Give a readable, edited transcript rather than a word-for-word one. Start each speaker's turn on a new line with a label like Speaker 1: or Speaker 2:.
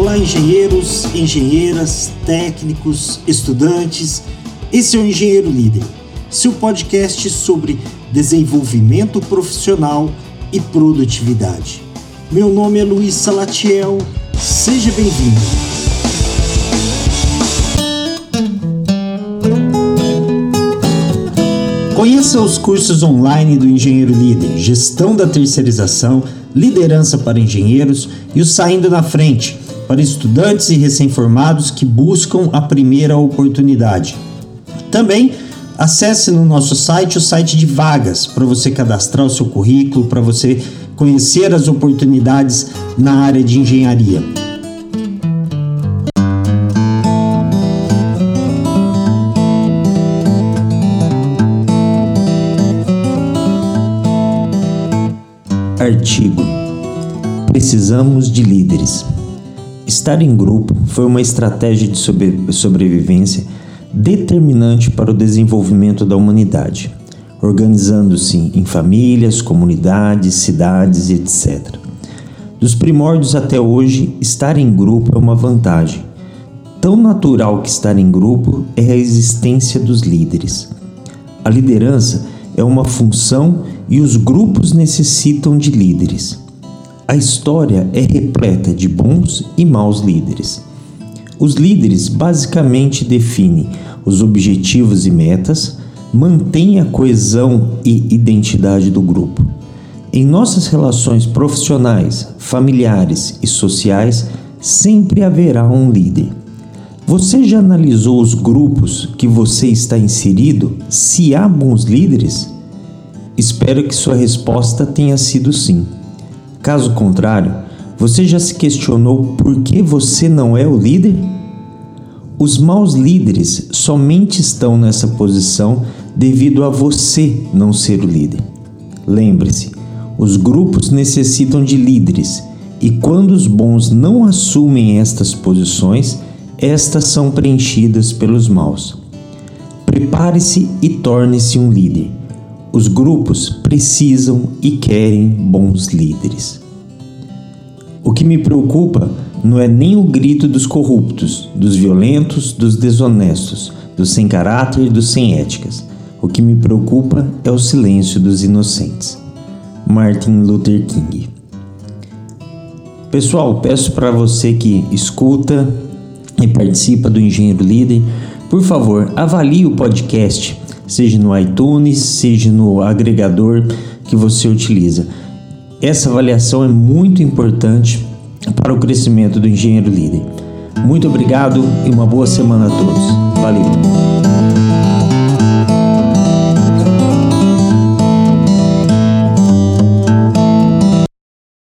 Speaker 1: Olá, engenheiros, engenheiras, técnicos, estudantes. Esse é o Engenheiro Líder, seu podcast sobre desenvolvimento profissional e produtividade. Meu nome é Luiz Salatiel, seja bem-vindo. Conheça os cursos online do Engenheiro Líder, Gestão da Terceirização, Liderança para Engenheiros e o Saindo na Frente, para estudantes e recém-formados que buscam a primeira oportunidade. Também acesse no nosso site o site de vagas, para você cadastrar o seu currículo, para você conhecer as oportunidades na área de engenharia. Artigo: Precisamos de líderes. Estar em grupo foi uma estratégia de sobrevivência determinante para o desenvolvimento da humanidade, organizando-se em famílias, comunidades, cidades, etc. Dos primórdios até hoje, estar em grupo é uma vantagem. Tão natural que estar em grupo é a existência dos líderes. A liderança é uma função e os grupos necessitam de líderes. A história é repleta de bons e maus líderes. Os líderes basicamente definem os objetivos e metas, mantêm a coesão e identidade do grupo. Em nossas relações profissionais, familiares e sociais, sempre haverá um líder. Você já analisou os grupos que você está inserido, se há bons líderes? Espero que sua resposta tenha sido sim. Caso contrário, você já se questionou por que você não é o líder? Os maus líderes somente estão nessa posição devido a você não ser o líder. Lembre-se, os grupos necessitam de líderes e quando os bons não assumem estas posições, estas são preenchidas pelos maus. Prepare-se e torne-se um líder. Os grupos precisam e querem bons líderes. O que me preocupa não é nem o grito dos corruptos, dos violentos, dos desonestos, dos sem caráter e dos sem éticas. O que me preocupa é o silêncio dos inocentes. Martin Luther King. Pessoal, peço para você que escuta e participa do Engenheiro Líder, por favor, avalie o podcast, seja no iTunes, seja no agregador que você utiliza. Essa avaliação é muito importante para o crescimento do Engenheiro Líder. Muito obrigado e uma boa semana a todos. Valeu!